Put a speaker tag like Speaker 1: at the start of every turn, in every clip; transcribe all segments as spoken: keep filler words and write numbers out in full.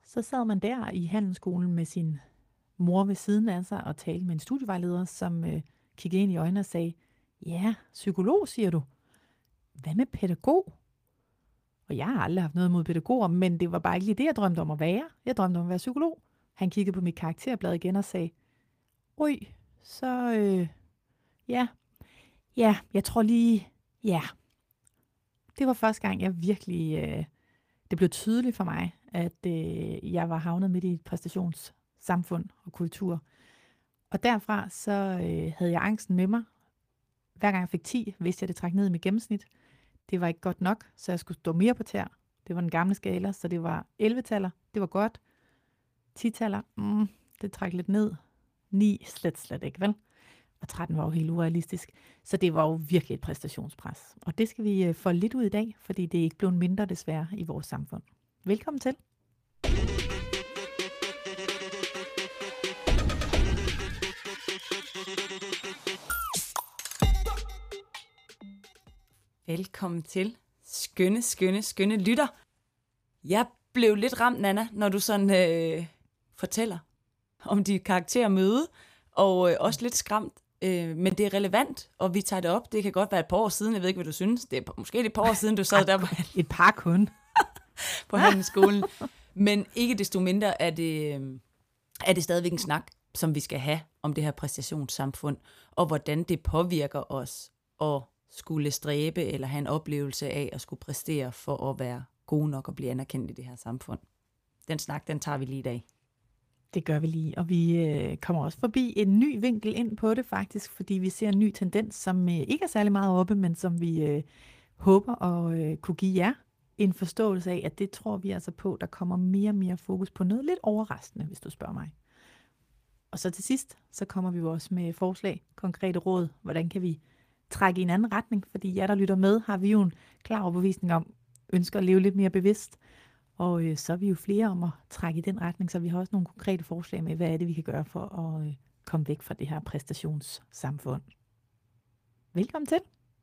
Speaker 1: Så sad man der i handelsskolen med sin mor ved siden af sig og talte med en studievejleder, som øh, kiggede ind i øjnene og sagde, ja, psykolog, siger du. Hvad med pædagog? Og jeg har aldrig haft noget mod pædagoger, men det var bare ikke lige det, jeg drømte om at være. Jeg drømte om at være psykolog. Han kiggede på mit karakterblad igen og sagde, oj, så øh, ja, ja, jeg tror lige, ja. Det var første gang, jeg virkelig, øh, det blev tydeligt for mig, at øh, jeg var havnet midt i et præstationssamfund og kultur. Og derfra så øh, havde jeg angsten med mig. Hver gang jeg fik ti, vidste jeg, det trak ned i mit gennemsnit. Det var ikke godt nok, så jeg skulle stå mere på tær. Det var den gamle skala, så det var elleve-taller. Det var godt. ti-taller, mm, det trak lidt ned. ni, slet, slet ikke, vel? Og tretten var jo helt urealistisk. Så det var jo virkelig et præstationspres. Og det skal vi få lidt ud i dag, fordi det er ikke blevet mindre desværre i vores samfund. Velkommen til.
Speaker 2: Velkommen til. Skønne, skønne, skønne lytter. Jeg blev lidt ramt, Nana, når du sådan øh, fortæller om dit karaktermøde, og øh, også lidt skræmt. Øh, men det er relevant, og vi tager det op. Det kan godt være et par år siden, jeg ved ikke, hvad du synes. Det er måske et par år siden, du sad der på,
Speaker 1: et par kun
Speaker 2: på handelsskolen. Men ikke desto mindre er det, øh, er det stadigvæk en snak, som vi skal have om det her præstationssamfund, og hvordan det påvirker os at skulle stræbe eller have en oplevelse af at skulle præstere for at være gode nok og blive anerkendt i det her samfund. Den snak, den tager vi lige i dag.
Speaker 1: Det gør vi lige, og vi øh, kommer også forbi en ny vinkel ind på det faktisk, fordi vi ser en ny tendens, som øh, ikke er særlig meget oppe, men som vi øh, håber at øh, kunne give jer en forståelse af, at det tror vi altså på, der kommer mere og mere fokus på noget lidt overraskende, hvis du spørger mig. Og så til sidst, så kommer vi jo også med forslag, konkrete råd, hvordan kan vi trække i en anden retning, fordi jer, der lytter med, har vi jo en klar overbevisning om, ønsker at leve lidt mere bevidst, og øh, så er vi jo flere om at trække i den retning, så vi har også nogle konkrete forslag med, hvad er det, vi kan gøre for at øh, komme væk fra det her præstationssamfund. Velkommen til.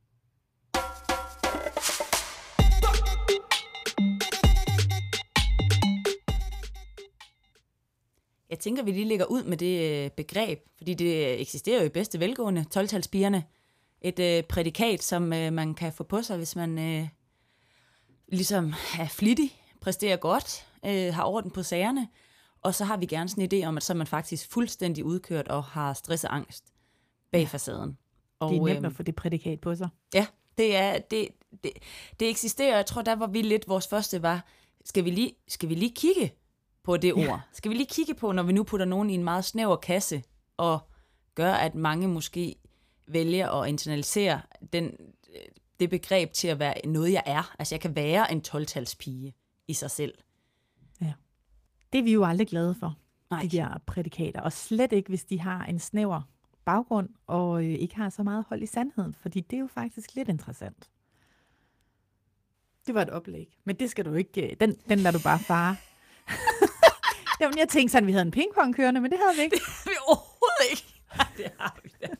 Speaker 2: Jeg tænker, vi lige lægger ud med det begreb, fordi det eksisterer jo i bedste velgående, tolv-talspigerne. Et øh, prædikat, som øh, man kan få på sig, hvis man øh, ligesom er flittig, præsterer godt, øh, har orden på sagerne, og så har vi gerne sådan en idé om, at så er man faktisk fuldstændig udkørt og har stress og angst bag ja. facaden. Og,
Speaker 1: det er nemt at få det prædikat på sig.
Speaker 2: Ja, det, er, det, det, det eksisterer. Jeg tror, der var vi lidt, vores første var, skal vi lige, skal vi lige kigge på det ja. ord? Skal vi lige kigge på, når vi nu putter nogen i en meget snæver kasse, og gør, at mange måske vælger at internalisere den, det begreb til at være noget, jeg er. Altså, jeg kan være en tolv-talspige i sig selv.
Speaker 1: Ja. Det er vi jo aldrig glade for,
Speaker 2: Nej.
Speaker 1: de der prædikater. Og slet ikke, hvis de har en snæver baggrund, og øh, ikke har så meget hold i sandheden, fordi det er jo faktisk lidt interessant. Det var et oplæg, men det skal du ikke, den, den lader du bare fare. Jamen, jeg tænkte sådan, vi havde en pingpong kørende, men det havde vi ikke.
Speaker 2: Det havde vi overhovedet ikke. Det har vi da.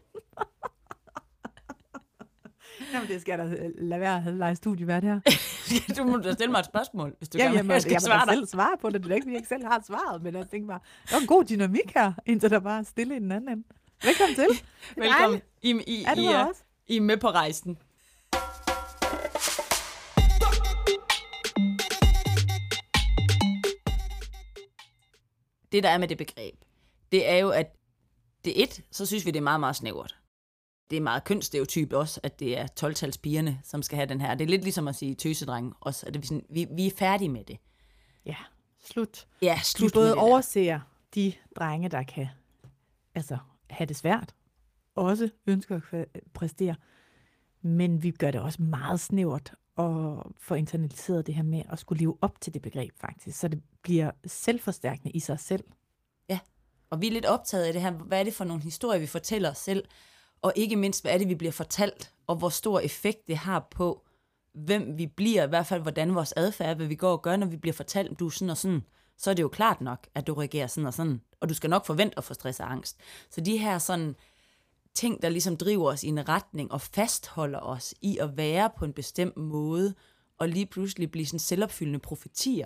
Speaker 1: Jamen, det skal jeg da lade være at lege studievært her.
Speaker 2: Du må da stille mig et spørgsmål, hvis du
Speaker 1: Jamen,
Speaker 2: gerne vil, jeg skal
Speaker 1: jeg
Speaker 2: svare
Speaker 1: dig. selv svare på det. Det er ikke, fordi jeg ikke selv har svaret, men jeg tænker bare, der er en god dynamik her, indtil der bare er stille i den anden ende. Velkommen til.
Speaker 2: Velkommen. I, I,
Speaker 1: er det
Speaker 2: I, er,
Speaker 1: også?
Speaker 2: I er med på rejsen. Det, der er med det begreb, det er jo, at det er et, så synes vi, det er meget, meget snævert. Det er meget kønsstereotyp også, at det er tolv-talspigerne, som skal have den her. Det er lidt ligesom at sige tøsedreng også. At det er sådan, vi, vi er færdige med det.
Speaker 1: Ja, slut.
Speaker 2: Ja, slut
Speaker 1: vi både
Speaker 2: med det
Speaker 1: overser de drenge, der kan altså, have det svært, også ønsker at præstere, men vi gør det også meget snævert og får internaliseret det her med at skulle leve op til det begreb faktisk, så det bliver selvforstærkende i sig selv.
Speaker 2: Ja, og vi er lidt optaget af det her. Hvad er det for nogle historier, vi fortæller os selv? Og ikke mindst, hvad er det, vi bliver fortalt, og hvor stor effekt det har på, hvem vi bliver, i hvert fald hvordan vores adfærd, hvad vi går og gør, når vi bliver fortalt, du er sådan og sådan, så er det jo klart nok, at du reagerer sådan og sådan, og du skal nok forvente at få stress og angst. Så de her sådan ting, der ligesom driver os i en retning og fastholder os i at være på en bestemt måde, og lige pludselig blive sådan selvopfyldende profetier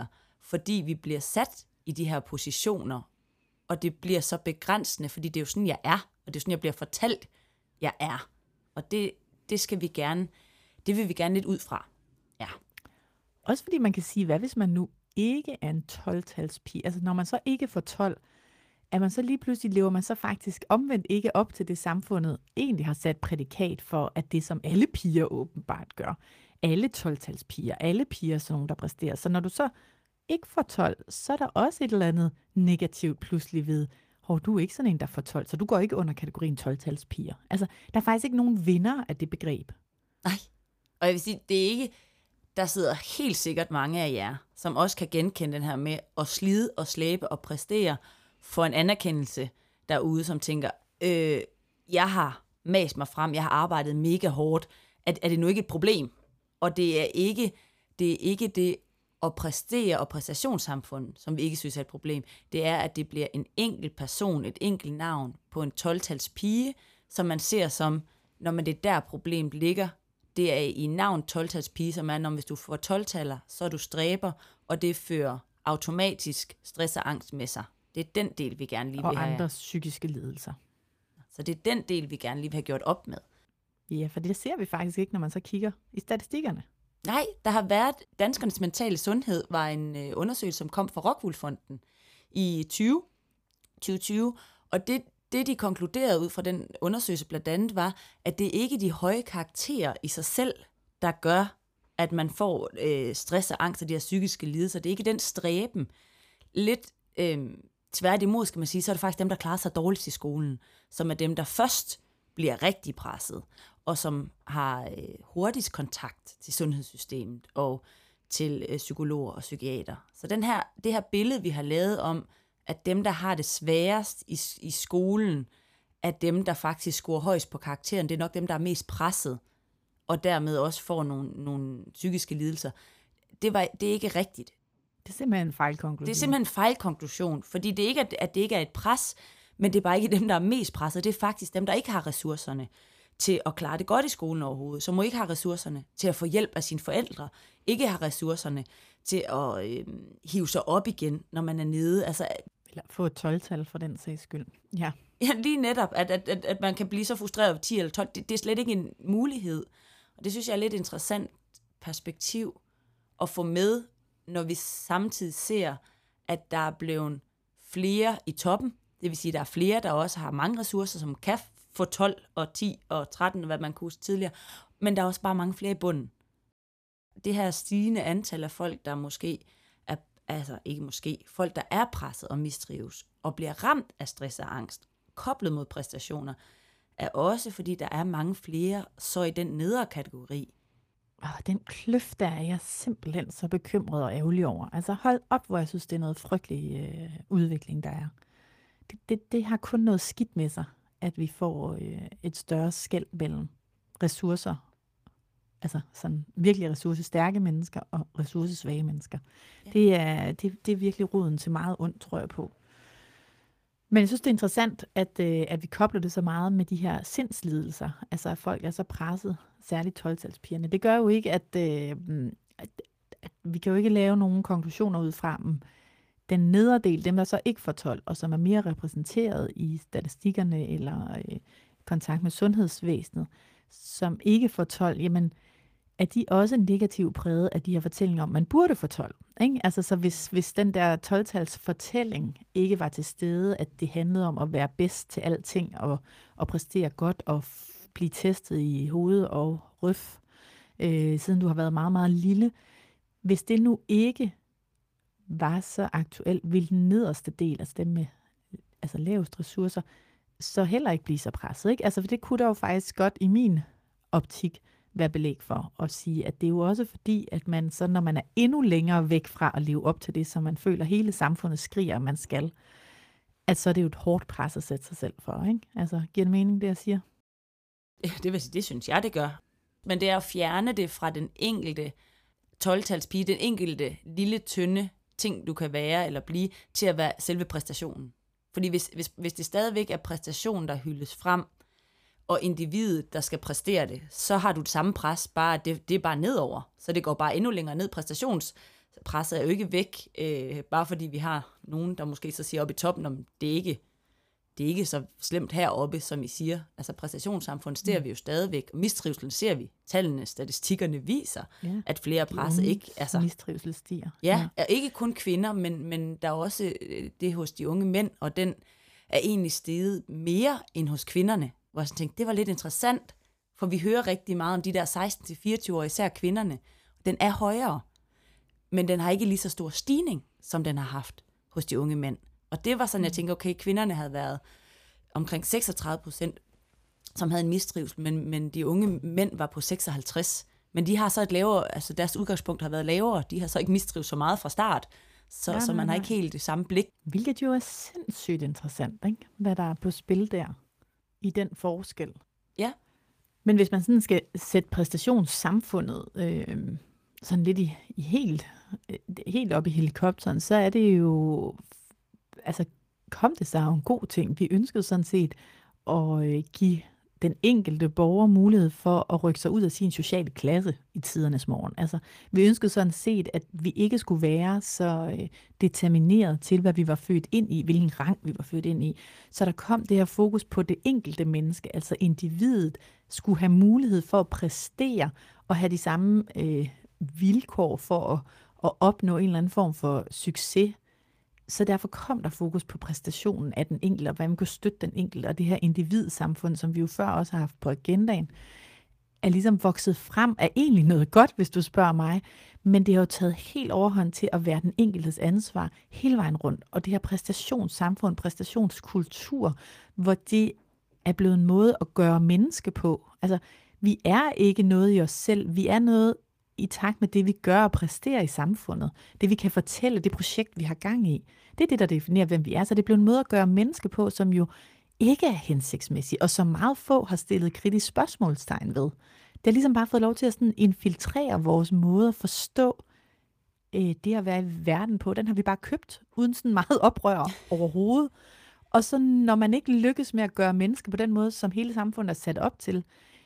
Speaker 2: fordi vi bliver sat i de her positioner, og det bliver så begrænsende, fordi det er jo sådan, jeg er, og det er sådan, jeg bliver fortalt, jeg er. Og det, det skal vi gerne, det vil vi gerne lidt ud fra. Ja.
Speaker 1: Også fordi man kan sige, hvad hvis man nu ikke er en tolv-talspige? Altså når man så ikke får tolv, er man så lige pludselig, lever man så faktisk omvendt ikke op til det, samfundet egentlig har sat prædikat for, at det som alle piger åbenbart gør. Alle tolv-talspiger, alle piger er sådan nogle, der præsterer. Så når du så ikke får tolv, så er der også et eller andet negativt pludselig ved, hvor du er ikke sådan en, der får tolv, så du går ikke under kategorien tolv-talspiger. Altså, der er faktisk ikke nogen vinder af det begreb.
Speaker 2: Nej, og jeg vil sige, det er ikke, der sidder helt sikkert mange af jer, som også kan genkende den her med at slide og slæbe og præstere for en anerkendelse derude, som tænker, øh, jeg har mast mig frem, jeg har arbejdet mega hårdt, er, er det nu ikke et problem? Og det er ikke det, er ikke det at præstere og præstationssamfund, som vi ikke synes er et problem. Det er, at det bliver en enkelt person, et enkelt navn på en tolv-tals pige, som man ser som, når man det er der problemet ligger, det er i navn tolv-tals pige, som er, når hvis du får tolv-taller, så er du stræber, og det fører automatisk stress og angst med sig. Det er den del, vi gerne lige vil
Speaker 1: og
Speaker 2: have.
Speaker 1: Og andres psykiske lidelser.
Speaker 2: Så det er den del, vi gerne lige vil have gjort op med.
Speaker 1: Ja, for det ser vi faktisk ikke, når man så kigger i statistikkerne.
Speaker 2: Nej, der har været, Danskernes Mentale Sundhed var en øh, undersøgelse, som kom fra Rockwool-fonden i tyve tyve, og det, det, de konkluderede ud fra den undersøgelse blandt andet, var, at det ikke er de høje karakterer i sig selv, der gør, at man får øh, stress og angst og de her psykiske lidelser. Det er ikke den stræben. Lidt øh, tværtimod, skal man sige, så er det faktisk dem, der klarer sig dårligst i skolen, som er dem, der først bliver rigtig presset, og som har øh, hurtigst kontakt til sundhedssystemet og til øh, psykologer og psykiater. Så den her, det her billede, vi har lavet om, at dem, der har det sværest i, i skolen, er dem, der faktisk scorer højst på karakteren. Det er nok dem, der er mest presset, og dermed også får nogle, nogle psykiske lidelser. Det, var, det er ikke rigtigt.
Speaker 1: Det er simpelthen en fejlkonklusion.
Speaker 2: Det er simpelthen en fejlkonklusion, fordi det ikke er, at det ikke er et pres, men det er bare ikke dem, der er mest presset. Det er faktisk dem, der ikke har ressourcerne til at klare det godt i skolen overhovedet, som må ikke have ressourcerne til at få hjælp af sine forældre, ikke har ressourcerne til at øh, hive sig op igen, når man er nede. Altså,
Speaker 1: eller få et tolv-tal for den sags skyld. Ja,
Speaker 2: ja lige netop, at, at, at, at man kan blive så frustreret over ti eller tolv, det, det er slet ikke en mulighed. Og det synes jeg er lidt interessant perspektiv at få med, når vi samtidig ser, at der er blevet flere i toppen. Det vil sige, at der er flere, der også har mange ressourcer, som kan få tolv og ti og tretten, hvad man kunne huske tidligere. Men der er også bare mange flere i bunden. Det her stigende antal af folk, der måske er, altså ikke måske, folk, der er presset og mistrives, og bliver ramt af stress og angst, koblet mod præstationer, er også, fordi der er mange flere, så i den nedre kategori.
Speaker 1: Oh, den kløft der er jeg simpelthen så bekymret og ærgerlig over. Altså hold op, hvor jeg synes, det er noget frygtelig øh, udvikling, der er. Det, det, det har kun noget skidt med sig, at vi får øh, et større skel mellem ressourcer, altså sådan virkelig ressourcestærke mennesker og ressourcesvage mennesker. Ja. Det, er, det, det er virkelig roden til meget ondt, tror jeg på. Men jeg synes, det er interessant, at, øh, at vi kobler det så meget med de her sindslidelser. Altså, at folk er så presset, særligt tolv-talspigerne. Det gør jo ikke, at, øh, at, at vi kan jo ikke lave nogen konklusioner ud fra dem. Den nederdel, dem der så ikke får tolv, og som er mere repræsenteret i statistikkerne eller øh, kontakt med sundhedsvæsenet, som ikke får tolv, jamen, er de også negativt præget af de her fortællinger om, man burde få tolv. Ikke? Altså, så hvis, hvis den der tolv-tals fortælling ikke var til stede, at det handlede om at være bedst til alting, og, og præstere godt, og f- blive testet i hoved og røf, øh, siden du har været meget, meget lille. Hvis det nu ikke var så aktuelt, ville den nederste del, altså dem med altså lavest ressourcer, så heller ikke blive så presset. Ikke? Altså, for det kunne der jo faktisk godt i min optik være belæg for at sige, at det er jo også fordi, at man så, når man er endnu længere væk fra at leve op til det, som man føler, hele samfundet skriger, at man skal, at så er det jo et hårdt pres at sætte sig selv for. Ikke? Altså, giver det mening, det jeg siger?
Speaker 2: Ja, det, vil sige, det synes jeg, det gør. Men det er at fjerne det fra den enkelte tolv-talspige, den enkelte lille, tynde ting, du kan være eller blive, til at være selve præstationen. Fordi hvis, hvis, hvis det stadigvæk er præstationen, der hyldes frem, og individet, der skal præstere det, så har du det samme pres, bare det, det er bare nedover. Så det går bare endnu længere ned. Præstations, presset er jo ikke væk, øh, bare fordi vi har nogen, der måske så siger op i toppen, om det er ikke det er ikke så slemt heroppe, som I siger. Altså præstationssamfundet ser mm. vi jo stadigvæk, og mistrivselen ser vi. Tallene, statistikkerne viser, ja. At flere presset ikke... Altså,
Speaker 1: mistrivsel stiger.
Speaker 2: Ja, ja, ikke kun kvinder, men, men der er også det hos de unge mænd, og den er egentlig steget mere end hos kvinderne. Hvor jeg tænkte, det var lidt interessant, for vi hører rigtig meget om de der seksten til fireogtyve-årige, især kvinderne. Den er højere, men den har ikke lige så stor stigning, som den har haft hos de unge mænd. Og det var sådan, jeg tænkte, okay, kvinderne havde været omkring seksogtredive procent, som havde en mistrivsel, men, men de unge mænd var på seksoghalvtreds. Men de har så et lavere, altså deres udgangspunkt har været lavere, de har så ikke mistrivet så meget fra start, så, ja, så man har ikke helt det samme blik.
Speaker 1: Hvilket jo er sindssygt interessant, ikke? Hvad der er på spil der, i den forskel.
Speaker 2: Ja. Men
Speaker 1: hvis man sådan skal sætte præstationssamfundet øh, sådan lidt i, i helt, helt op i helikopteren, så er det jo... Altså, kom det så en god ting. Vi ønskede sådan set at give den enkelte borger mulighed for at rykke sig ud af sin sociale klasse i tidernes morgen. Altså, vi ønskede sådan set, at vi ikke skulle være så determineret til, hvad vi var født ind i, hvilken rang vi var født ind i. Så der kom det her fokus på det enkelte menneske, altså individet skulle have mulighed for at præstere og have de samme øh, vilkår for at, at opnå en eller anden form for succes. Så derfor kom der fokus på præstationen af den enkelte, og hvad man kunne støtte den enkelte, og det her individsamfund, som vi jo før også har haft på agendaen, er ligesom vokset frem, er egentlig noget godt, hvis du spørger mig, men det har jo taget helt overhånd til at være den enkeltes ansvar hele vejen rundt, og det her præstationssamfund, præstationskultur, hvor det er blevet en måde at gøre menneske på. Altså, vi er ikke noget i os selv, vi er noget i takt med det, vi gør og præsterer i samfundet. Det, vi kan fortælle, det projekt, vi har gang i. Det er det, der definerer, hvem vi er. Så det bliver en måde at gøre menneske på, som jo ikke er hensigtsmæssig, og som meget få har stillet kritisk spørgsmålstegn ved. Det har ligesom bare fået lov til at sådan infiltrere vores måde at forstå øh, det at være i verden på. Den har vi bare købt, uden sådan meget oprør overhovedet. Og så når man ikke lykkes med at gøre menneske på den måde, som hele samfundet er sat op til,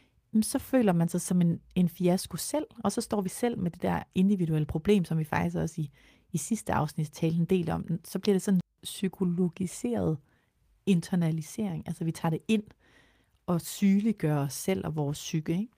Speaker 1: så føler man sig som en, en fiasko selv, og så står vi selv med det der individuelle problem, som vi faktisk også i, i sidste afsnit talte en del om. Så bliver det sådan en psykologiseret internalisering. Altså vi tager det ind og sygeliggør os selv og vores psyke, ikke?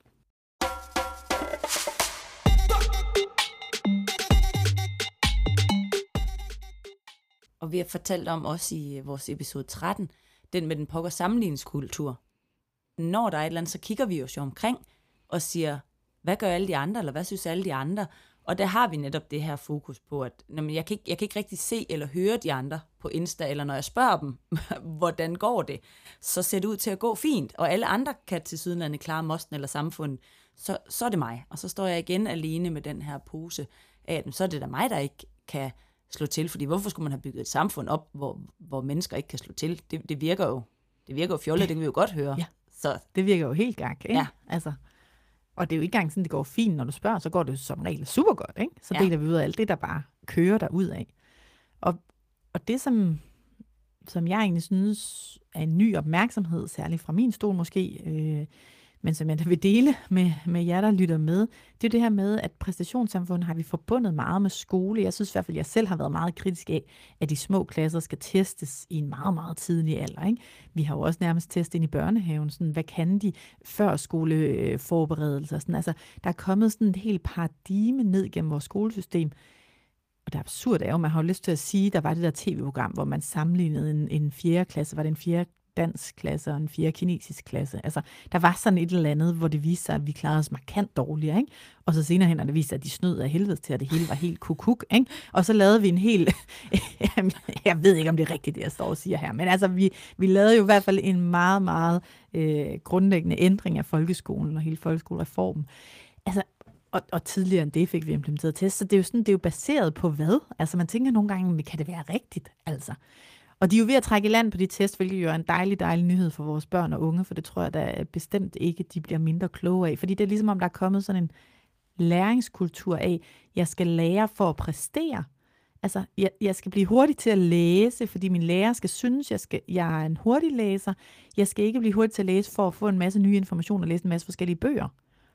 Speaker 2: Og vi har fortalt om også i vores episode tretten, den med den pokker sammenligningskultur. Når der er et eller andet, så kigger vi jo så omkring og siger, hvad gør alle de andre, eller hvad synes alle de andre? Og der har vi netop det her fokus på, at jamen, jeg, kan ikke, jeg kan ikke rigtig se eller høre de andre på Insta, eller når jeg spørger dem, hvordan går det, så ser det ud til at gå fint, og alle andre kan til sydenlande klare mosten eller samfundet, så, så er det mig. Og så står jeg igen alene med den her pose af, at så er det da mig, der ikke kan slå til, fordi hvorfor skulle man have bygget et samfund op, hvor, hvor mennesker ikke kan slå til? Det, det virker jo det virker jo fjollet, det kan vi jo godt høre.
Speaker 1: Ja.
Speaker 2: Så
Speaker 1: det virker jo helt gak, ikke?
Speaker 2: Ja.
Speaker 1: Altså, og det er jo ikke engang sådan, det går fint, når du spørger, så går det som regel super godt, ikke? Så deler ja. vi ud af alt det, der bare kører derud af. Og, og det, som, som jeg egentlig synes er en ny opmærksomhed, særligt fra min stol måske, øh, men som jeg da vil dele med, med jer, der lytter med, det er det her med, at præstationssamfundet har vi forbundet meget med skole. Jeg synes i hvert fald, at jeg selv har været meget kritisk af, at de små klasser skal testes i en meget, meget tidlig alder. Ikke? Vi har jo også nærmest testet ind i børnehaven, sådan, hvad kan de før skoleforberedelser? Sådan, altså, der er kommet sådan et helt paradigme ned gennem vores skolesystem. Og det absurde er jo, man har jo lyst til at sige, der var det der tv-program, hvor man sammenlignede en, en fjerde klasse, var det en fjerde dansk klasse og en fjerde kinesisk klasse. Altså, der var sådan et eller andet, hvor det viste sig, at vi klarede os markant dårligere, ikke? Og så senere hen, det viste sig, at de snød af helvede til, at det hele var helt kukuk, ikke? Og så lavede vi en helt, jeg ved ikke, om det er rigtigt, det jeg står og siger her, men altså, vi, vi lavede jo i hvert fald en meget, meget øh, grundlæggende ændring af folkeskolen og hele folkeskolereformen. Altså, og, og tidligere end det fik vi implementeret test, så det er jo sådan, det er jo baseret på hvad? Altså, man tænker nogle gange, kan det være rigtigt, altså? Og de er jo ved at trække i land på de test, hvilket jo er en dejlig, dejlig nyhed for vores børn og unge, for det tror jeg da bestemt ikke, de bliver mindre kloge af. Fordi det er ligesom om, der er kommet sådan en læringskultur af, jeg skal lære for at præstere. Altså, jeg, jeg skal blive hurtig til at læse, fordi min lærer skal synes, jeg, skal, jeg er en hurtig læser. Jeg skal ikke blive hurtig til at læse for at få en masse nye information og læse en masse forskellige bøger.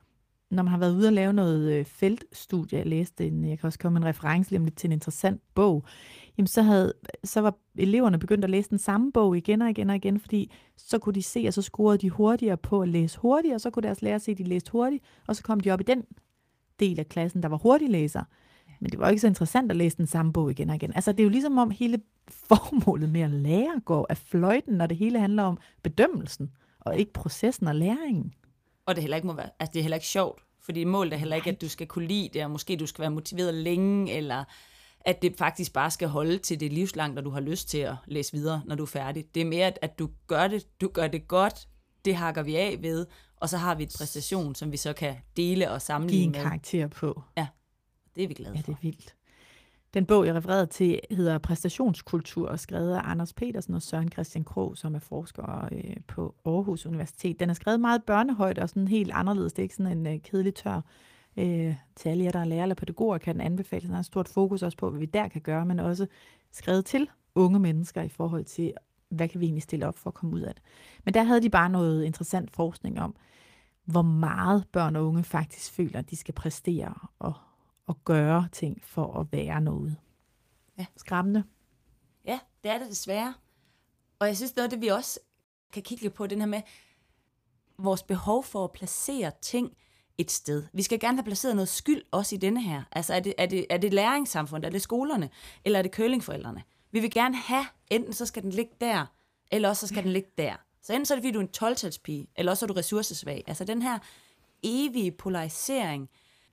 Speaker 1: når man har været ude og lave noget øh, feltstudie, jeg læste en, jeg kan også komme med en reference lige om lidt til en interessant bog, jamen så, havde, så var eleverne begyndt at læse den samme bog igen og igen og igen, fordi så kunne de se, og så scorede de hurtigere på at læse hurtigt, og så kunne deres lærer se, at de læste hurtigt, og så kom de op i den del af klassen, der var hurtiglæser. Men det var ikke så interessant at læse den samme bog igen og igen. Altså det er jo ligesom om hele formålet med at lære går af fløjten, når det hele handler om bedømmelsen, og ikke processen og læringen.
Speaker 2: Og det heller ikke må være, altså det er heller ikke sjovt, fordi målet er heller ikke, at du skal kunne lide det, og måske du skal være motiveret længe, eller at det faktisk bare skal holde til det livslangt, og du har lyst til at læse videre, når du er færdig. Det er mere, at du gør det, du gør det godt, det hakker vi af ved, og så har vi et præstation, som vi så kan dele og sammenligne med.
Speaker 1: Give en karakter på.
Speaker 2: Ja, det er vi glade for.
Speaker 1: Ja, det er vildt. Den bog, jeg refererede til, hedder Præstationskultur, og skrevet af Anders Petersen og Søren Christian Krog, som er forskere øh, på Aarhus Universitet. Den er skrevet meget børnehøjt og sådan helt anderledes. Det er ikke sådan en øh, kedelig tør. Øh, til alle jer, der er lærer eller pædagoger, kan den anbefales. Den har et stort fokus også på, hvad vi der kan gøre, men også skrevet til unge mennesker i forhold til, hvad kan vi egentlig stille op for at komme ud af det. Men der havde de bare noget interessant forskning om, hvor meget børn og unge faktisk føler, at de skal præstere og og gøre ting for at være noget.
Speaker 2: Ja.
Speaker 1: Skræmmende.
Speaker 2: Ja, det er det desværre. Og jeg synes, noget af det, vi også kan kigge lidt på, den her med vores behov for at placere ting et sted. Vi skal gerne have placeret noget skyld også i denne her. Altså er det, er det, er det læringssamfundet, er det skolerne, eller er det curlingforældrene? Vi vil gerne have, enten så skal den ligge der, eller også så skal den ligge der. Så enten så er det, fordi du er en tolv-talspige, eller også er du ressourcesvag. Altså den her evige polarisering.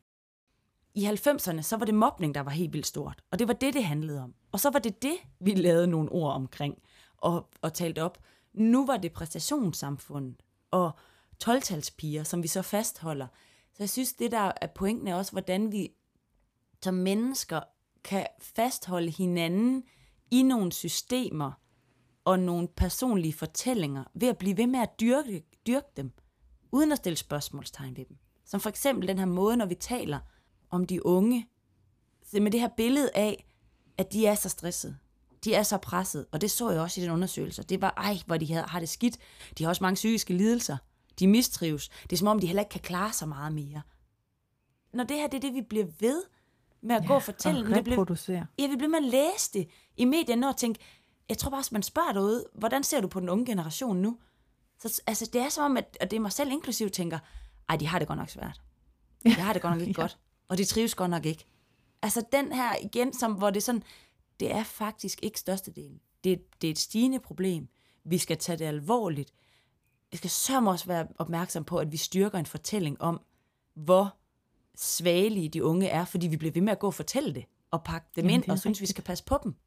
Speaker 2: I halvfemserne, så var det mobning, der var helt vildt stort. Og det var det, det handlede om. Og så var det det, vi lavede nogle ord omkring og, og talte op. Nu var det præstationssamfundet og tolv-talspiger, som vi så fastholder. Så jeg synes, det der er pointen er også, hvordan vi som mennesker kan fastholde hinanden i nogle systemer og nogle personlige fortællinger ved at blive ved med at dyrke, dyrke dem, uden at stille spørgsmålstegn ved dem. Som for eksempel den her måde, når vi taler om de unge, så med det her billede af, at de er så stressede, de er så presset, og det så jeg også i den undersøgelse. Det var, ej, hvor de har det skidt. De har også mange psykiske lidelser. De mistrives. Det er som om, de heller ikke kan klare så meget mere. Når det her, det er det, vi bliver ved med at ja, gå og fortælle.
Speaker 1: Og reproducere.
Speaker 2: Ja, vi bliver med at læse det i medierne og tænke, jeg tror bare, at man spørger derude, hvordan ser du på den unge generation nu? Så altså, det er som om, at, at det er mig selv inklusiv tænker, ej, de har det godt nok svært. De har det godt nok ikke ja. godt. Og de trives godt nok ikke. Altså den her igen, som, hvor det er sådan, det er faktisk ikke størstedelen. Det, det er et stigende problem. Vi skal tage det alvorligt. Vi skal sørme også være opmærksom på, at vi styrker en fortælling om, hvor svagelige de unge er, fordi vi bliver ved med at gå og fortælle det, og pakke dem jamen, ind, og synes, rigtigt. Vi skal passe på dem.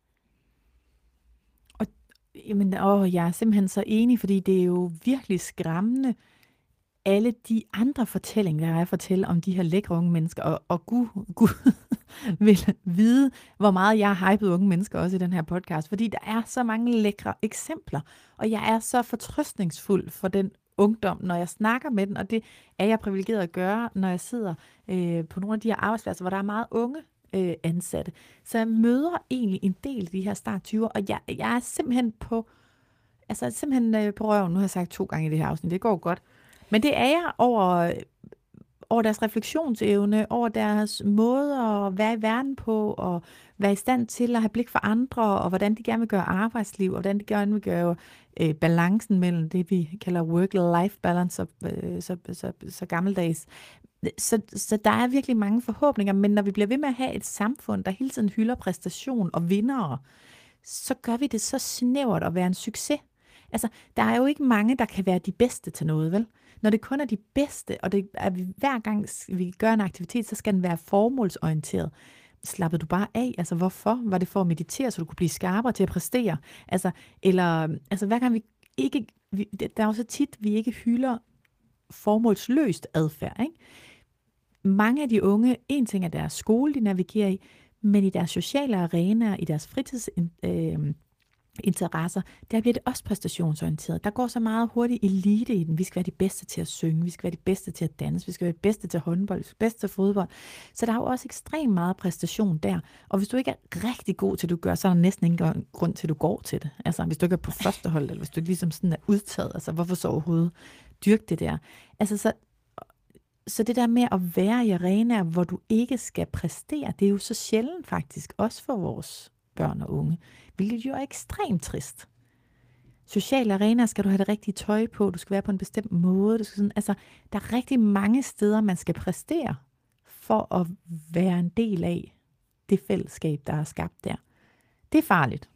Speaker 1: Og jamen, åh, jeg er simpelthen så enig, fordi det er jo virkelig skræmmende, alle de andre fortællinger, der er at fortælle om de her lækre unge mennesker, og, og Gud, Gud vil vide, hvor meget jeg har hypet unge mennesker også i den her podcast, fordi der er så mange lækre eksempler, og jeg er så fortrøstningsfuld for den ungdom, når jeg snakker med den, og det er jeg privilegeret at gøre, når jeg sidder øh, på nogle af de her arbejdspladser, hvor der er meget unge øh, ansatte. Så jeg møder egentlig en del af de her start tyverne, og jeg, jeg er simpelthen på, altså simpelthen øh, på røven, nu har jeg sagt to gange i det her afsnit, det går godt. Men det er jeg over, over deres refleksionsevne, over deres måde at være i verden på, og være i stand til at have blik for andre, og hvordan de gerne vil gøre arbejdsliv, og hvordan de gerne vil gøre øh, balancen mellem det, vi kalder work-life balance, så, øh, så, så, så gammeldags. Så, så der er virkelig mange forhåbninger, men når vi bliver ved med at have et samfund, der hele tiden hylder præstation og vindere, så gør vi det så snævert at være en succes. Altså, der er jo ikke mange, der kan være de bedste til noget, vel? Når det kun er de bedste, og det er, vi, hver gang vi gør en aktivitet, så skal den være formålsorienteret. Slappede du bare af? Altså, hvorfor? Var det for at meditere, så du kunne blive skarpere til at præstere? Altså, eller, altså hver gang vi ikke, vi, der er jo så tit, vi ikke hylder formålsløst adfærd, ikke? Mange af de unge, en ting er deres skole, de navigerer i, men i deres sociale arenaer, i deres fritids... Øh, interesser, der bliver det også præstationsorienteret. Der går så meget hurtigt elite i den. Vi skal være de bedste til at synge, vi skal være de bedste til at danse, vi skal være de bedste til håndbold, vi skal være de bedste til fodbold. Så der er jo også ekstremt meget præstation der. Og hvis du ikke er rigtig god til, at du gør, så er der næsten ingen grund til, at du går til det. Altså, hvis du ikke er på første hold, eller hvis du ikke ligesom sådan er udtaget, altså, hvorfor så overhovedet dyrke det der? Altså, så så det der med at være i arenaer, hvor du ikke skal præstere, det er jo så sjældent faktisk, også for vores børn og unge, hvilket jo er ekstremt trist. Sociale arenaer skal du have det rigtige tøj på, du skal være på en bestemt måde. Du skal sådan, altså, der er rigtig mange steder, man skal præstere for at være en del af det fællesskab, der er skabt der. Det er farligt.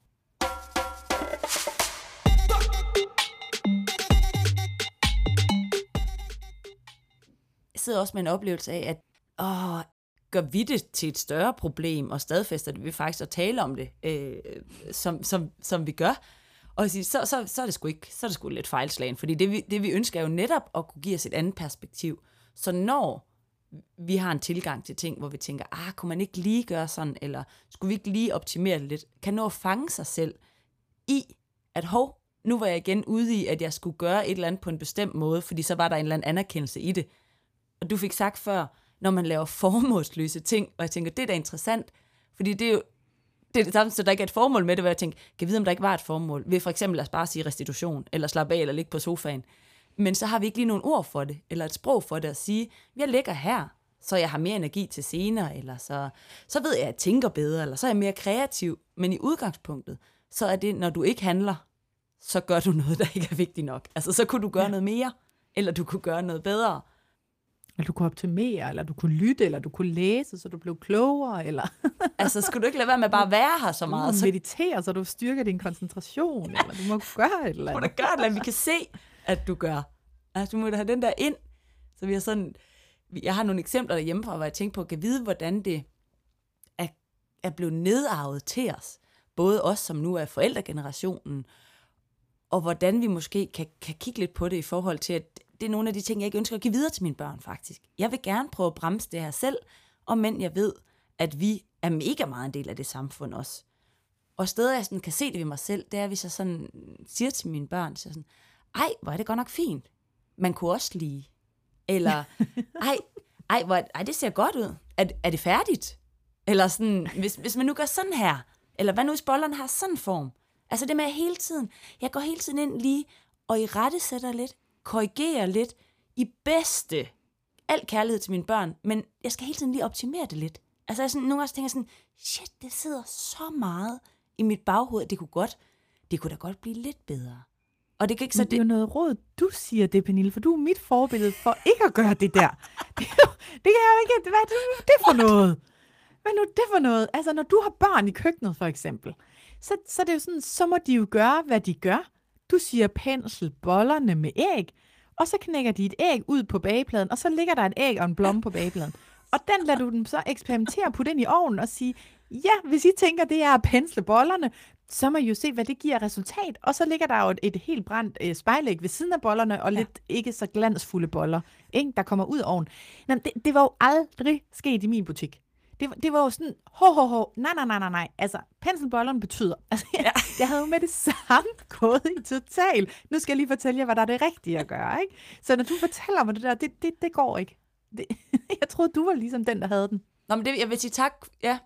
Speaker 2: Jeg sidder også med en oplevelse af, at åh, gør vi det til et større problem, og stadfæster det vi faktisk at tale om det, øh, som, som, som vi gør. Og så, så, så, er det sgu ikke, så er det sgu lidt fejlslagen, fordi det vi, det vi ønsker er jo netop at kunne give os et andet perspektiv. Så når vi har en tilgang til ting, hvor vi tænker, ah, kunne man ikke lige gøre sådan, eller skulle vi ikke lige optimere det lidt, kan nå at fange sig selv i, at hov, nu var jeg igen ude i, at jeg skulle gøre et eller andet på en bestemt måde, fordi så var der en eller anden anerkendelse i det. Og du fik sagt før, når man laver formålsløse ting, og jeg tænker, det er da interessant, fordi det er jo det, er det samme, så der ikke er et formål med det, hvor jeg tænker, kan jeg vide, om der ikke var et formål, ved for eksempel lad os bare sige restitution, eller slappe af, eller ligge på sofaen. Men så har vi ikke lige nogen ord for det, eller et sprog for det at sige, jeg ligger her, så jeg har mere energi til senere, eller så, så ved jeg, at jeg tænker bedre, eller så er jeg mere kreativ. Men i udgangspunktet, så er det, når du ikke handler, så gør du noget, der ikke er vigtigt nok. Altså, så kunne du gøre ja. noget mere, eller du kunne gøre noget bedre.
Speaker 1: Eller du kunne optimere, eller du kunne lytte, eller du kunne læse, så du blev klogere, eller...
Speaker 2: altså, skulle du ikke lade være med bare at være her så meget?
Speaker 1: Du meditere, så du styrker din koncentration, eller du må gøre et eller andet.
Speaker 2: Du må da gøre et eller andet, vi kan se, at du gør. Altså, du må da have den der ind. Så vi har sådan... Jeg har nogle eksempler derhjemmefra, hvor jeg tænker på, at kan vide, hvordan det er, er blevet nedarvet til os. Både os, som nu er forældregenerationen, og hvordan vi måske kan, kan kigge lidt på det i forhold til, at det er nogle af de ting, jeg ikke ønsker at give videre til mine børn, faktisk. Jeg vil gerne prøve at bremse det her selv, og men jeg ved, at vi er mega meget en del af det samfund også. Og steder, jeg sådan kan se det ved mig selv, det er, hvis jeg sådan siger til mine børn, så sådan, ej, hvor er det godt nok fint. Man kunne også lige. Eller, ej, ej, hvor, ej det ser godt ud. Er, er det færdigt? Eller sådan, hvis, hvis man nu gør sådan her, eller hvad nu hvis bollerne har sådan en form? Altså det med hele tiden, jeg går hele tiden ind lige, og i rette sætter lidt, korrigerer lidt, i bedste, al kærlighed til mine børn, men jeg skal hele tiden lige optimere det lidt. Altså jeg sådan, nogle gange tænker jeg sådan, shit, det sidder så meget i mit baghoved, at det kunne godt, det kunne da godt blive lidt bedre. Og det kan ikke så
Speaker 1: det er jo noget råd, du siger det, Pernille, for du er mit forbillede for ikke at gøre det der. Det, jo, det kan jeg jo ikke, hvad er det, det for noget? Hvad nu det for noget? Altså, når du har børn i køkkenet, for eksempel, så, så er det jo sådan, så må de jo gøre, hvad de gør. Du siger pensel bollerne med æg, og så knækker de et æg ud på bagepladen, og så ligger der et æg og en blomme på bagepladen. Og den lader du dem så eksperimentere på den i ovnen og sige, ja, hvis I tænker, det er at pensle bollerne, så må I jo se, hvad det giver resultat. Og så ligger der jo et, et helt brændt øh, spejlæg ved siden af bollerne, og ja. lidt ikke så glansfulde boller, ikke, der kommer ud af ovnen. Nå, det, det var jo aldrig sket i min butik. Det, det var jo sådan, ho, ho, ho, nej, nej, nej, nej, nej. Altså, penselbollerne betyder, altså, jeg, jeg havde jo med det samme gået i total. Nu skal jeg lige fortælle jer, hvad der er det rigtige at gøre, ikke? Så når du fortæller mig det der, det, det, det går ikke. Det, jeg troede, du var ligesom den, der havde den.
Speaker 2: Nå, men det, jeg vil sige tak, ja.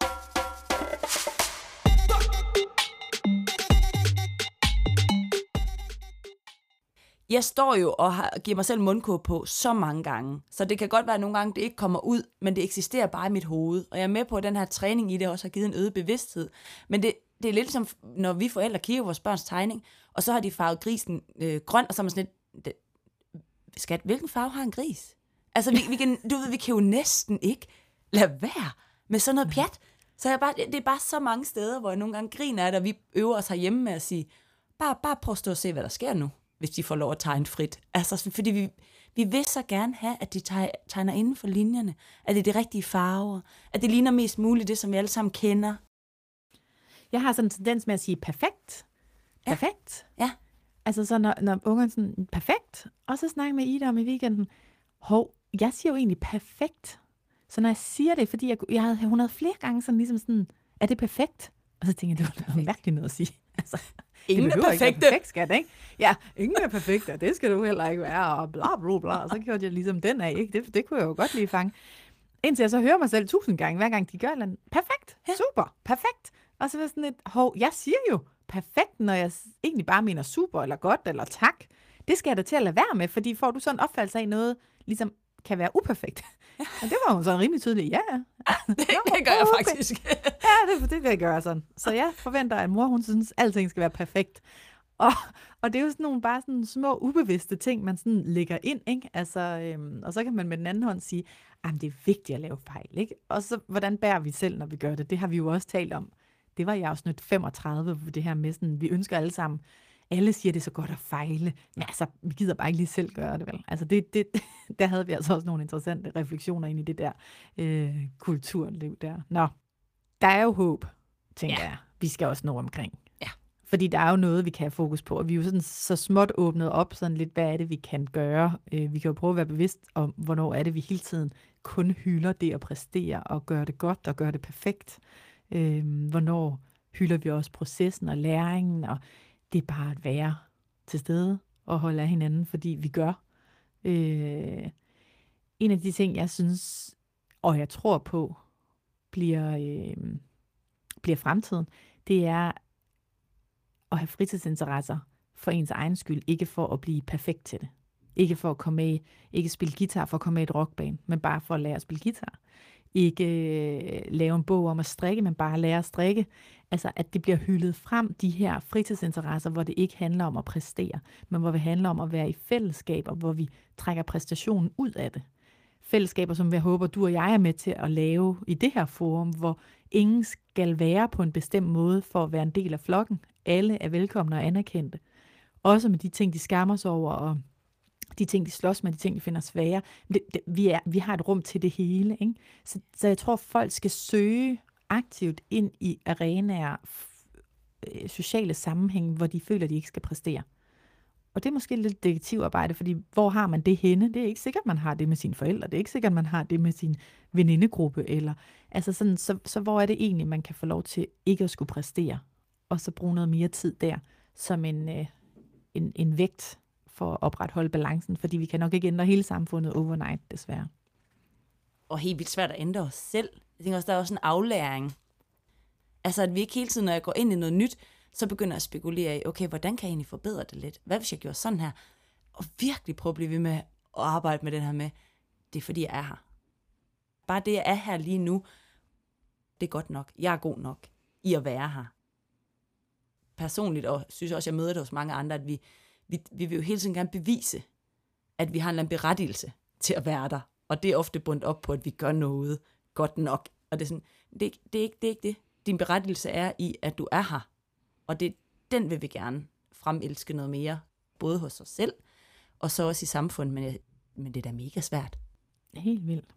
Speaker 2: Jeg står jo og har, giver mig selv mundkurv på så mange gange, så det kan godt være, at nogle gange det ikke kommer ud, men det eksisterer bare i mit hoved. Og jeg er med på, at den her træning i det også har givet en øget bevidsthed. Men det, det er lidt som, når vi forældre kigger på vores børns tegning, og så har de farvet grisen øh, grøn, og så er man sådan lidt, skat, hvilken farve har en gris? Altså, vi, vi, kan, du ved, vi kan jo næsten ikke lade være med sådan noget pjat. Så jeg bare, det er bare så mange steder, hvor jeg nogle gange griner af det, og vi øver os herhjemme med at sige, bare, bare prøv at stå og se, hvad der sker nu, hvis de får lov at tegne frit. Altså, fordi vi, vi vil så gerne have, at de tegner inden for linjerne, at det er de rigtige farver, at det ligner mest muligt det, som vi alle sammen kender.
Speaker 1: Jeg har sådan en tendens med at sige perfekt. Perfekt.
Speaker 2: Ja.
Speaker 1: Altså så når, når ungerne sådan, perfekt, og så snakker jeg med Ida om i weekenden, hov, jeg siger jo egentlig perfekt. Så når jeg siger det, fordi jeg, jeg havde, hun havde flere gange sådan ligesom sådan, er det perfekt? Og så tænkte jeg, det var virkelig noget at sige. Altså,
Speaker 2: ingen er perfekte.
Speaker 1: Perfekt, skal det, ikke? Ja, ingen er perfekte, det skal du heller ikke være, og bla bla bla. Og så gjorde jeg ligesom den af, ikke? Det, det kunne jeg jo godt lige fange. Indtil jeg så hører mig selv tusind gange, hver gang de gør noget. Perfekt, ja. Super, perfekt. Og så var sådan et, hov, jeg siger jo perfekt, når jeg egentlig bare mener super, eller godt, eller tak. Det skal jeg da til at lade være med, fordi får du sådan en opfattelse af noget, ligesom kan være uperfekt. Og det var jo sådan rimelig tydeligt. Ja, ja.
Speaker 2: det, det gør jeg faktisk.
Speaker 1: ja, det, det vil jeg gøre sådan. Så jeg forventer, at mor, hun synes, at alting skal være perfekt. Og, og det er jo sådan nogle bare sådan små, ubevidste ting, man sådan lægger ind, ikke? Altså, øhm, og så kan man med den anden hånd sige, at det er vigtigt at lave fejl, ikke? Og så, hvordan bærer vi selv, når vi gør det? Det har vi jo også talt om. Det var i afsnit femogtredive, det her med sådan, vi ønsker alle sammen, alle siger, det er så godt at fejle, men altså, vi gider bare ikke lige selv gøre det, vel? Altså, det, det, der havde vi altså også nogle interessante refleksioner ind i det der øh, kulturliv der. Nå, der er jo håb, tænker ja. jeg. Vi skal også nå omkring.
Speaker 2: Ja.
Speaker 1: Fordi der er jo noget, vi kan have fokus på, og vi er jo sådan så småt åbnet op, sådan lidt, hvad er det, vi kan gøre? Øh, vi kan jo prøve at være bevidst om, hvornår er det, vi hele tiden kun hylder det at præstere, og gøre det godt, og gøre det perfekt. Øh, hvornår hylder vi også processen og læringen, og det er bare at være til stede og holde af hinanden, fordi vi gør. Øh, en af de ting, jeg synes, og jeg tror på, bliver, øh, bliver fremtiden, det er at have fritidsinteresser for ens egen skyld, ikke for at blive perfekt til det. Ikke for at komme med, ikke spille guitar for at komme med i et rockband, men bare for at lære at spille guitar. Ikke øh, lave en bog om at strikke, men bare lære at strikke. Altså, at det bliver hyldet frem, de her fritidsinteresser, hvor det ikke handler om at præstere, men hvor det handler om at være i fællesskaber, hvor vi trækker præstationen ud af det. Fællesskaber, som jeg håber, du og jeg er med til at lave i det her forum, hvor ingen skal være på en bestemt måde for at være en del af flokken. Alle er velkomne og anerkendte. Også med de ting, de skammer sig over, og de ting, de slås med, de ting, de finder svære. Det, det, vi, er, vi har et rum til det hele. Ikke? Så, så jeg tror, folk skal søge aktivt ind i arenaer, f- sociale sammenhæng, hvor de føler, de ikke skal præstere. Og det er måske lidt detektivarbejde, fordi hvor har man det henne? Det er ikke sikkert, man har det med sine forældre. Det er ikke sikkert, man har det med sin venindegruppe. Eller, altså sådan, så, så hvor er det egentlig, man kan få lov til ikke at skulle præstere? Og så bruge noget mere tid der, som en, øh, en, en vægt for at opretholde balancen. Fordi vi kan nok ikke ændre hele samfundet overnight, desværre.
Speaker 2: Og helt vildt svært at ændre os selv. Jeg tænker også, der er også en aflæring. Altså, at vi ikke hele tiden, når jeg går ind i noget nyt, så begynder jeg at spekulere i, okay, hvordan kan jeg egentlig forbedre det lidt? Hvad hvis jeg gjorde sådan her? Og virkelig prøve at blive ved med at arbejde med den her med, det er fordi, jeg er her. Bare det, jeg er her lige nu, det er godt nok. Jeg er god nok i at være her. Personligt, og synes også, jeg møder det hos mange andre, at vi, vi, vi vil jo hele tiden gerne bevise, at vi har en berettigelse til at være der. Og det er ofte bundet op på, at vi gør noget godt nok. Og det er sådan, det, det, er ikke, det er ikke det. Din berettigelse er i, at du er her. Og det, den vil vi gerne fremelske noget mere, både hos os selv, og så også i samfundet, men, men det er da mega svært.
Speaker 1: Helt vildt.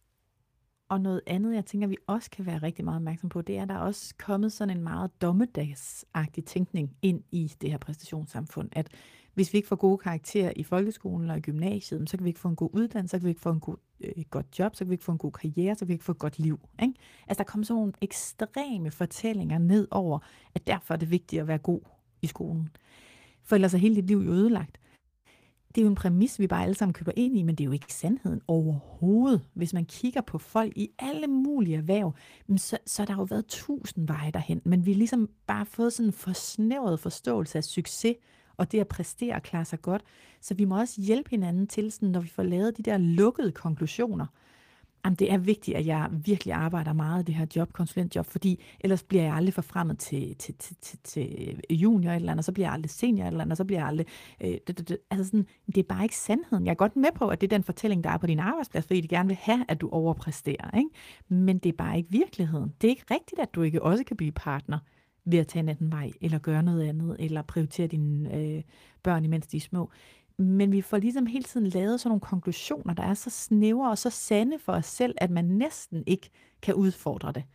Speaker 1: Og noget andet, jeg tænker, vi også kan være rigtig meget opmærksom på, det er, at der er også kommet sådan en meget dommedagsagtig tænkning ind i det her præstationssamfund, at hvis vi ikke får gode karakterer i folkeskolen eller i gymnasiet, så kan vi ikke få en god uddannelse, så kan vi ikke få en god, øh, et godt job, så kan vi ikke få en god karriere, så kan vi ikke få et godt liv. Ikke? Altså der kommer sådan nogle ekstreme fortællinger ned over, at derfor er det vigtigt at være god i skolen. For ellers er hele dit liv jo ødelagt. Det er jo en præmis, vi bare alle sammen køber ind i, men det er jo ikke sandheden overhovedet. Hvis man kigger på folk i alle mulige erhverv, så, så har der jo været tusind veje derhen, men vi har ligesom bare fået sådan en forsnævret forståelse af succes, og det at præstere og klare sig godt. Så vi må også hjælpe hinanden til, sådan, når vi får lavet de der lukkede konklusioner. Jamen, det er vigtigt, at jeg virkelig arbejder meget i det her job, konsulentjob, fordi ellers bliver jeg aldrig forfremmet til, til, til, til, til junior eller andet, og så bliver jeg aldrig senior eller andet, og så bliver jeg aldrig... Øh, det, det, det. Altså sådan, det er bare ikke sandheden. Jeg er godt med på, at det er den fortælling, der er på din arbejdsplads, fordi de gerne vil have, at du overpræsterer. Ikke? Men det er bare ikke virkeligheden. Det er ikke rigtigt, at du ikke også kan blive partner ved at tage en anden vej, eller gøre noget andet, eller prioritere dine øh, børn, imens de er små. Men vi får ligesom hele tiden lavet sådan nogle konklusioner, der er så snævre og så sande for os selv, at man næsten ikke kan udfordre det.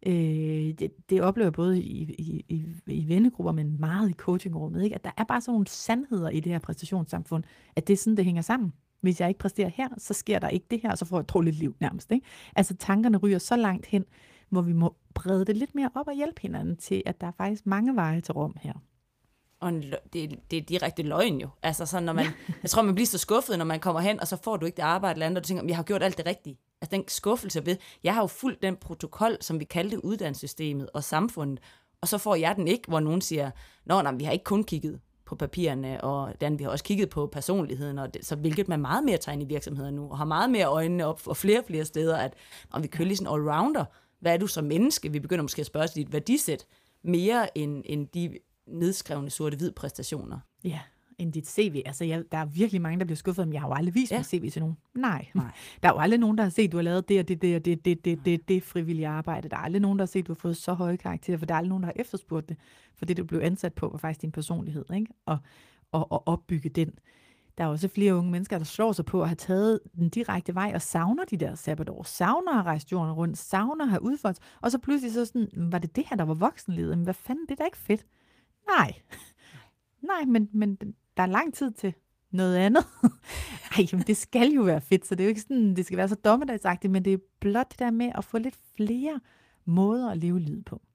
Speaker 1: Øh, det, det oplever jeg både i, i, i, i vennegrupper, men meget i coachingrummet, ikke? At der er bare sådan nogle sandheder i det her præstationssamfund, at det er sådan, det hænger sammen. Hvis jeg ikke præsterer her, så sker der ikke det her, og så får jeg et dårligt liv nærmest. Ikke? Altså tankerne ryger så langt hen, hvor vi må brede det lidt mere op og hjælpe hinanden til, at der er faktisk mange veje til rum her.
Speaker 2: Og en, det, det er direkte løgn jo. Altså sådan, når man, jeg tror, man bliver så skuffet, når man kommer hen, og så får du ikke det arbejde eller andet, og du tænker, jeg har gjort alt det rigtige. Altså den skuffelse ved, jeg har jo fulgt den protokol, som vi kaldte uddannelsessystemet og samfundet, og så får jeg den ikke, hvor nogen siger, nå, nej, vi har ikke kun kigget på på papirerne, og den, vi har også kigget på personligheden, og det, så hvilket man meget mere tager ind i virksomheder nu, og har meget mere øjnene op for flere og flere steder, at om vi kører lige sådan allrounder, hvad er du som menneske? Vi begynder måske at spørge til dit værdisæt, mere end, end de nedskrevne sorte-hvid præstationer.
Speaker 1: Ja, end dit C V. Altså, jeg, der er virkelig mange, der bliver skuffet, men jeg har jo aldrig vist ja. mit C V til nogen. Nej. Nej. Der er jo aldrig nogen, der har set, du har lavet det og det, det og det, det, det, det, det frivillige arbejde. Der er aldrig nogen, der har set, du har fået så høje karakterer, for der er aldrig nogen, der har efterspurgt det, for det, du blev ansat på, var faktisk din personlighed, ikke? Og, og, og opbygge den. Der er også flere unge mennesker, der slår sig på at have taget den direkte vej og savner de der sabbatår, savner at have rejst jorden rundt, savner at have udfoldet, og så pludselig så sådan, var det det her, der var voksenlivet? Men hvad fanden, det er da ikke fedt. Nej. Nej, men, men der er lang tid til noget andet. Ej, men det skal jo være fedt, så det er jo ikke sådan, det skal være så dommedagsagtigt, men det er blot det der med at få lidt flere måder at leve livet på.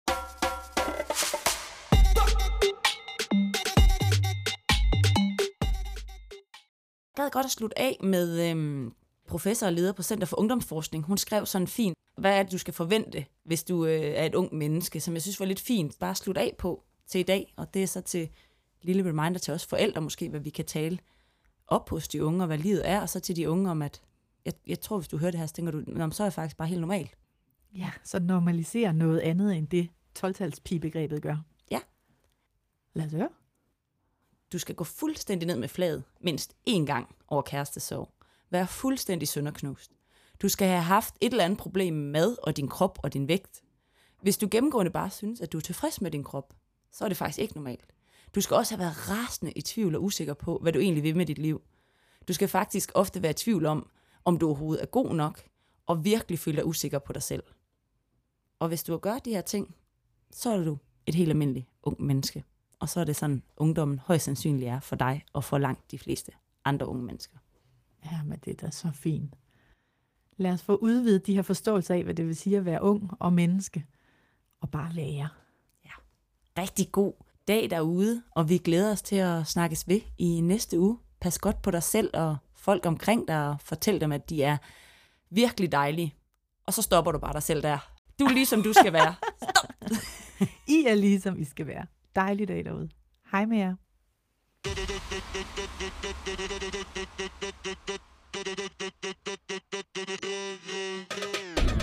Speaker 2: Jeg gad godt at slutte af med øhm, professor og leder på Center for Ungdomsforskning. Hun skrev sådan fint, hvad er det, du skal forvente, hvis du øh, er et ung menneske, som jeg synes var lidt fint. Bare slutte af på til i dag, og det er så til lille reminder til os forældre måske, hvad vi kan tale op hos de unge, og hvad livet er, og så til de unge om, at jeg, jeg tror, hvis du hører det her, så tænker du, så er jeg faktisk bare helt normal.
Speaker 1: Ja, så normalisere noget andet, end det tolv-tals-pige-begrebet gør.
Speaker 2: Ja.
Speaker 1: Lad os høre.
Speaker 2: Du skal gå fuldstændig ned med flaget, mindst én gang over kærestesorg. Vær fuldstændig sønderknust. Du skal have haft et eller andet problem med mad og din krop og din vægt. Hvis du gennemgående bare synes, at du er tilfreds med din krop, så er det faktisk ikke normalt. Du skal også have været rasende i tvivl og usikker på, hvad du egentlig vil med dit liv. Du skal faktisk ofte være i tvivl om, om du overhovedet er god nok, og virkelig føle dig usikker på dig selv. Og hvis du gør de her ting, så er du et helt almindeligt ung menneske. Og så er det sådan, ungdommen højst sandsynligt er for dig, og for langt de fleste andre unge mennesker.
Speaker 1: Ja, men det er da så fint. Lad os få udvidet de her forståelser af, hvad det vil sige at være ung og menneske, og bare være.
Speaker 2: Ja, rigtig god dag derude, og vi glæder os til at snakkes ved i næste uge. Pas godt på dig selv og folk omkring dig, og fortæl dem, at de er virkelig dejlige. Og så stopper du bare dig selv der. Du er ligesom du skal være. Stop!
Speaker 1: I er ligesom I skal være. Dejlig dag derude. Hej med jer.
Speaker 3: Yeah.